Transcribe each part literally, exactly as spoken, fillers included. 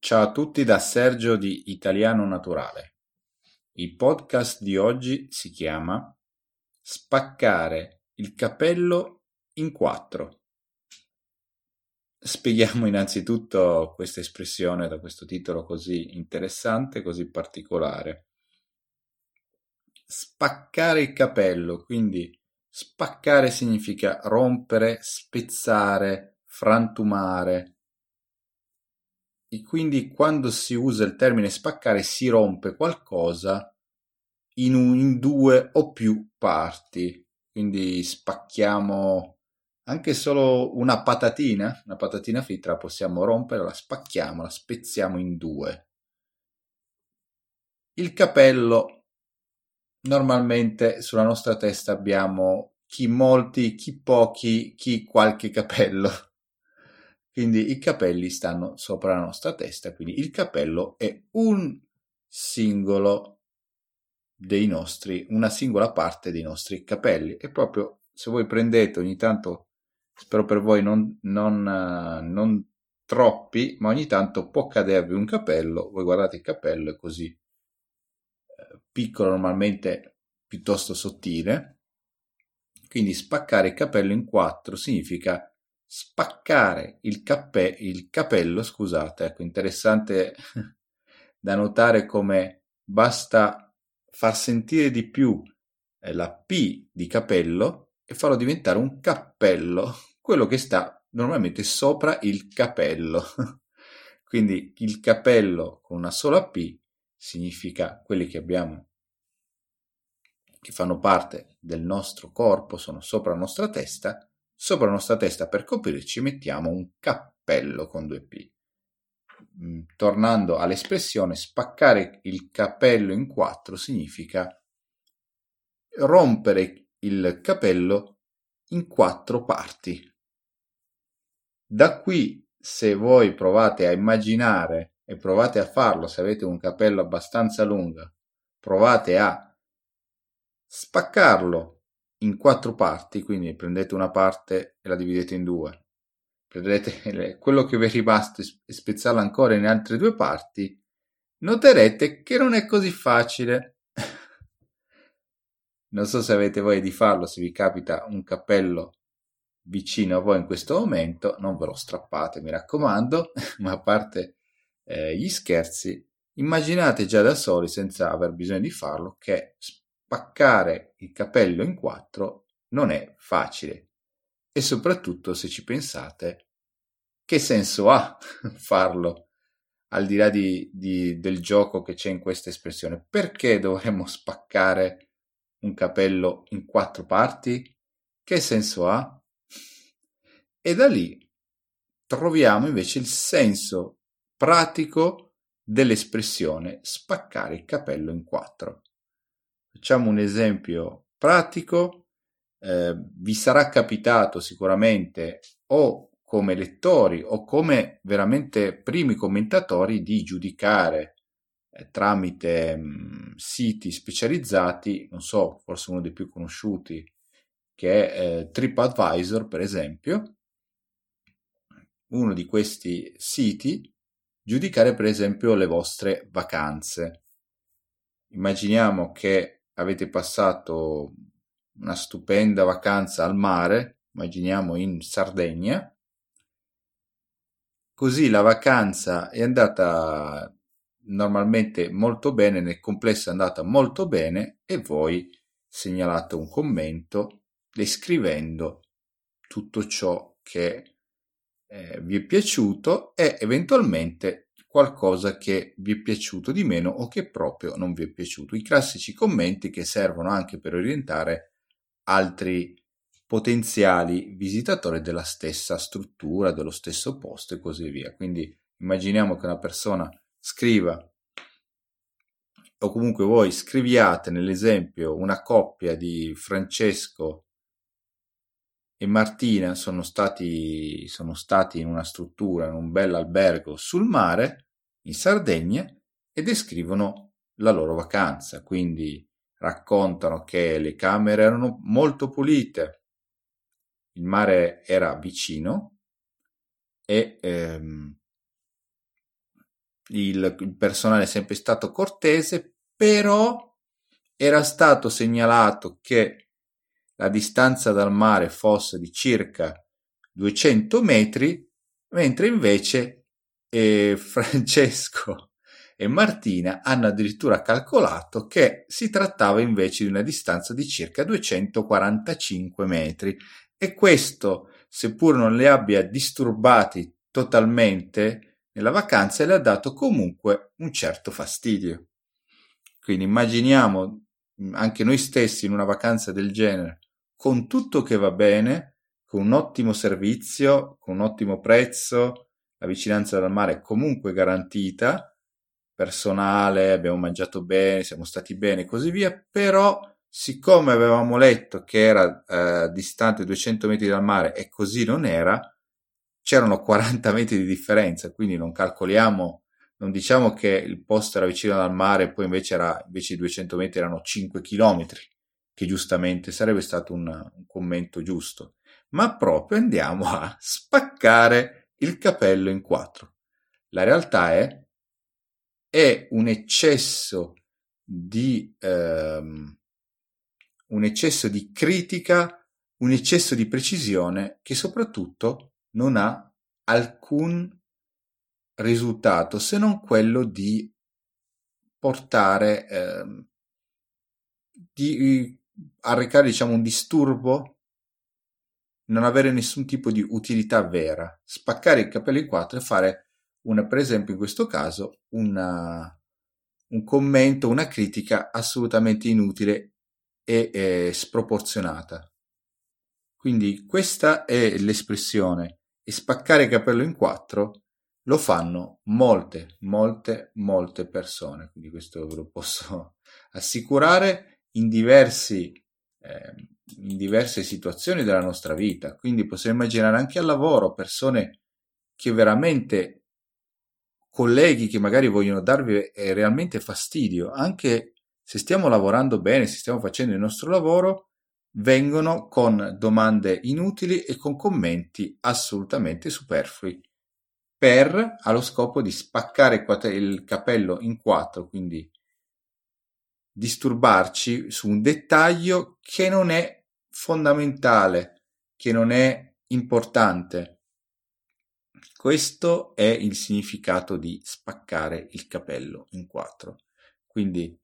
Ciao a tutti da Sergio di Italiano Naturale. Il podcast di oggi si chiama Spaccare il capello in quattro. Spieghiamo innanzitutto questa espressione da questo titolo così interessante, così particolare. Spaccare il capello, quindi spaccare significa rompere, spezzare, frantumare. E quindi quando si usa il termine spaccare si rompe qualcosa in, un, in due o più parti. Quindi spacchiamo anche solo una patatina, una patatina fritta la possiamo rompere, la spacchiamo, la spezziamo in due. Il capello, normalmente sulla nostra testa abbiamo chi molti, chi pochi, chi qualche capello. Quindi i capelli stanno sopra la nostra testa, quindi il capello è un singolo dei nostri, una singola parte dei nostri capelli. E proprio se voi prendete ogni tanto, spero per voi non, non, uh, non troppi, ma ogni tanto può cadervi un capello, voi guardate il capello è così eh, piccolo, normalmente piuttosto sottile. Quindi spaccare il capello in quattro significa spaccare il, cappe- il capello, scusate, ecco, interessante da notare come basta far sentire di più eh, la P di capello e farlo diventare un cappello, quello che sta normalmente sopra il capello. Quindi il capello con una sola P significa quelli che abbiamo che fanno parte del nostro corpo, sono sopra la nostra testa, sopra la nostra testa per coprirci mettiamo un cappello con due P. Tornando all'espressione, spaccare il capello in quattro significa rompere il capello in quattro parti. Da qui, se voi provate a immaginare e provate a farlo, se avete un capello abbastanza lungo, provate a spaccarlo in quattro parti, quindi prendete una parte e la dividete in due, prendete quello che vi è rimasto e spezzarlo ancora in altre due parti, noterete che non è così facile. Non so se avete voglia di farlo, se vi capita un cappello vicino a voi in questo momento, non ve lo strappate, mi raccomando, ma a parte eh, gli scherzi, immaginate già da soli, senza aver bisogno di farlo, che spaccare il capello in quattro non è facile. E soprattutto, se ci pensate, che senso ha farlo? Al di là di, di, del gioco che c'è in questa espressione, perché dovremmo spaccare un capello in quattro parti? Che senso ha? E da lì troviamo invece il senso pratico dell'espressione spaccare il capello in quattro. Facciamo un esempio pratico. Eh, vi sarà capitato sicuramente o come lettori o come veramente primi commentatori di giudicare eh, tramite mh, siti specializzati, non so, forse uno dei più conosciuti che è eh, TripAdvisor, per esempio, uno di questi siti, giudicare per esempio le vostre vacanze. Immaginiamo che avete passato una stupenda vacanza al mare, immaginiamo in Sardegna, così la vacanza è andata normalmente molto bene, nel complesso è andata molto bene e voi segnalate un commento descrivendo tutto ciò che eh, vi è piaciuto e eventualmente qualcosa che vi è piaciuto di meno o che proprio non vi è piaciuto. I classici commenti che servono anche per orientare altri potenziali visitatori della stessa struttura, dello stesso posto e così via. Quindi immaginiamo che una persona scriva o comunque voi scriviate nell'esempio una coppia di Francesco e Martina sono stati, sono stati in una struttura, in un bel albergo sul mare in Sardegna e descrivono la loro vacanza, quindi raccontano che le camere erano molto pulite, il mare era vicino e ehm, il, il personale è sempre stato cortese, però era stato segnalato che la distanza dal mare fosse di circa duecento metri, mentre invece eh, Francesco e Martina hanno addirittura calcolato che si trattava invece di una distanza di circa duecentoquarantacinque metri, e questo, seppur non li abbia disturbati totalmente nella vacanza, le ha dato comunque un certo fastidio. Quindi immaginiamo anche noi stessi in una vacanza del genere, con tutto che va bene, con un ottimo servizio, con un ottimo prezzo, la vicinanza dal mare è comunque garantita, personale, abbiamo mangiato bene, siamo stati bene e così via, però siccome avevamo letto che era eh, distante duecento metri dal mare e così non era, c'erano quaranta metri di differenza, quindi non calcoliamo, non diciamo che il posto era vicino al mare e poi invece, era, invece i duecento metri erano cinque chilometri, che giustamente sarebbe stato un, un commento giusto, ma proprio andiamo a spaccare il capello in quattro. La realtà è è un eccesso di ehm, un eccesso di critica, un eccesso di precisione che soprattutto non ha alcun risultato se non quello di portare ehm, di arrecare, diciamo, un disturbo, non avere nessun tipo di utilità vera, spaccare il capello in quattro e fare una, per esempio in questo caso, una, un commento, una critica assolutamente inutile e eh, sproporzionata. Quindi questa è l'espressione, e spaccare il capello in quattro lo fanno molte, molte, molte persone, quindi questo ve lo posso assicurare in diversi, eh, in diverse situazioni della nostra vita. Quindi possiamo immaginare anche al lavoro persone che veramente, colleghi che magari vogliono darvi eh, realmente fastidio, anche se stiamo lavorando bene, se stiamo facendo il nostro lavoro, vengono con domande inutili e con commenti assolutamente superflui, per allo scopo di spaccare il capello in quattro, quindi disturbarci su un dettaglio che non è fondamentale, che non è importante. Questo è il significato di spaccare il capello in quattro. Quindi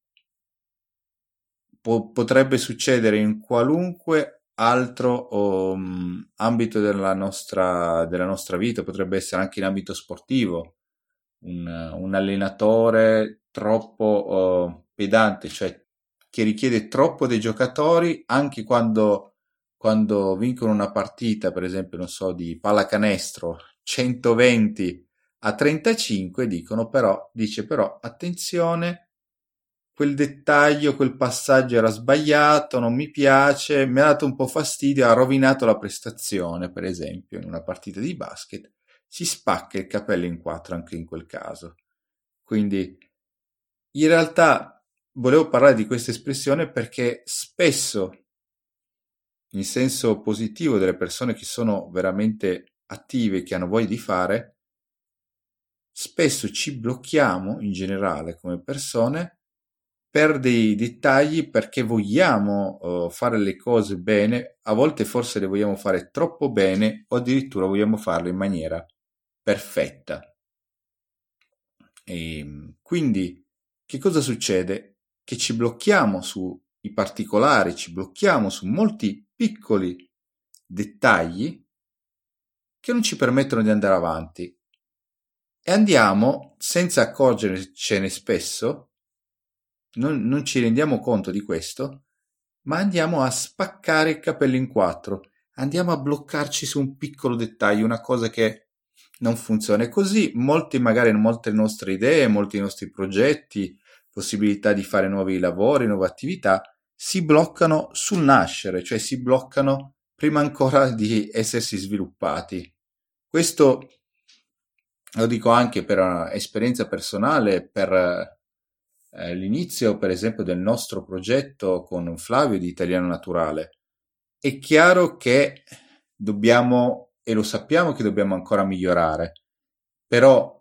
po- potrebbe succedere in qualunque altro um, ambito della nostra, della nostra vita, potrebbe essere anche in ambito sportivo. Un, un allenatore troppo uh, pedante, cioè che richiede troppo dei giocatori anche quando, quando vincono una partita, per esempio, non so, di pallacanestro, centoventi a trentacinque, dicono però, dice però, attenzione, quel dettaglio, quel passaggio era sbagliato, non mi piace, mi ha dato un po' fastidio, ha rovinato la prestazione, per esempio, in una partita di basket, si spacca il capello in quattro anche in quel caso. Quindi, in realtà, volevo parlare di questa espressione perché spesso, in senso positivo, delle persone che sono veramente attive, che hanno voglia di fare, spesso ci blocchiamo in generale come persone per dei dettagli, perché vogliamo uh, fare le cose bene, a volte forse le vogliamo fare troppo bene o addirittura vogliamo farle in maniera perfetta. E quindi che cosa succede? Che ci blocchiamo sui particolari, ci blocchiamo su molti piccoli dettagli che non ci permettono di andare avanti, e andiamo, senza accorgercene spesso, non, non ci rendiamo conto di questo, ma andiamo a spaccare il capello in quattro, andiamo a bloccarci su un piccolo dettaglio, una cosa che non funziona. E così molti, magari molte nostre idee, molti nostri progetti, possibilità di fare nuovi lavori, nuove attività, si bloccano sul nascere, cioè si bloccano prima ancora di essersi sviluppati. Questo lo dico anche per esperienza personale, per eh, l'inizio, per esempio, del nostro progetto con Flavio di Italiano Naturale. È chiaro che dobbiamo, e lo sappiamo che dobbiamo ancora migliorare, però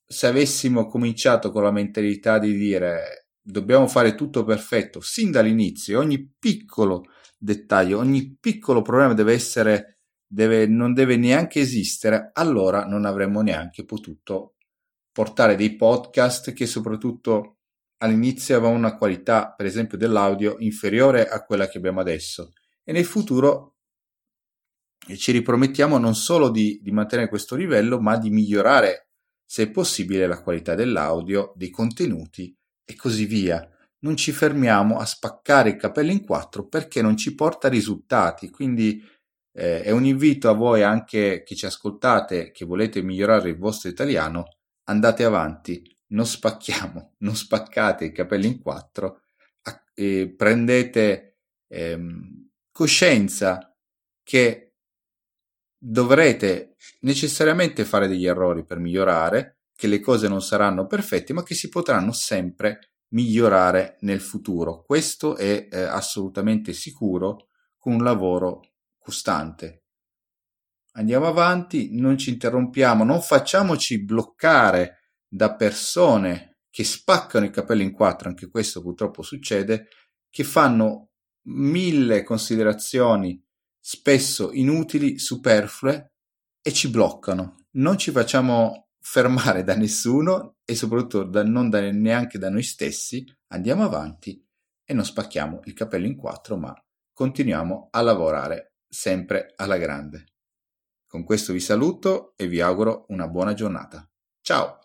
se avessimo cominciato con la mentalità di dire dobbiamo fare tutto perfetto sin dall'inizio, ogni piccolo dettaglio, ogni piccolo problema deve essere, deve, non deve neanche esistere, allora non avremmo neanche potuto portare dei podcast che soprattutto all'inizio avevano una qualità, per esempio, dell'audio inferiore a quella che abbiamo adesso. E nel futuro ci ripromettiamo non solo di, di mantenere questo livello, ma di migliorare, se è possibile, la qualità dell'audio, dei contenuti e così via. Non ci fermiamo a spaccare il capello in quattro perché non ci porta risultati. Quindi eh, è un invito a voi anche che ci ascoltate, che volete migliorare il vostro italiano, andate avanti, non spacchiamo, non spaccate i capelli in quattro, e prendete ehm, coscienza che dovrete necessariamente fare degli errori per migliorare, che le cose non saranno perfette, ma che si potranno sempre migliorare nel futuro. Questo è eh, assolutamente sicuro con un lavoro costante. Andiamo avanti, non ci interrompiamo, non facciamoci bloccare da persone che spaccano i capelli in quattro, anche questo purtroppo succede, che fanno mille considerazioni spesso inutili, superflue e ci bloccano. Non ci facciamo fermare da nessuno e soprattutto da, non da, neanche da noi stessi, andiamo avanti e non spacchiamo il capello in quattro, ma continuiamo a lavorare sempre alla grande. Con questo vi saluto e vi auguro una buona giornata. Ciao!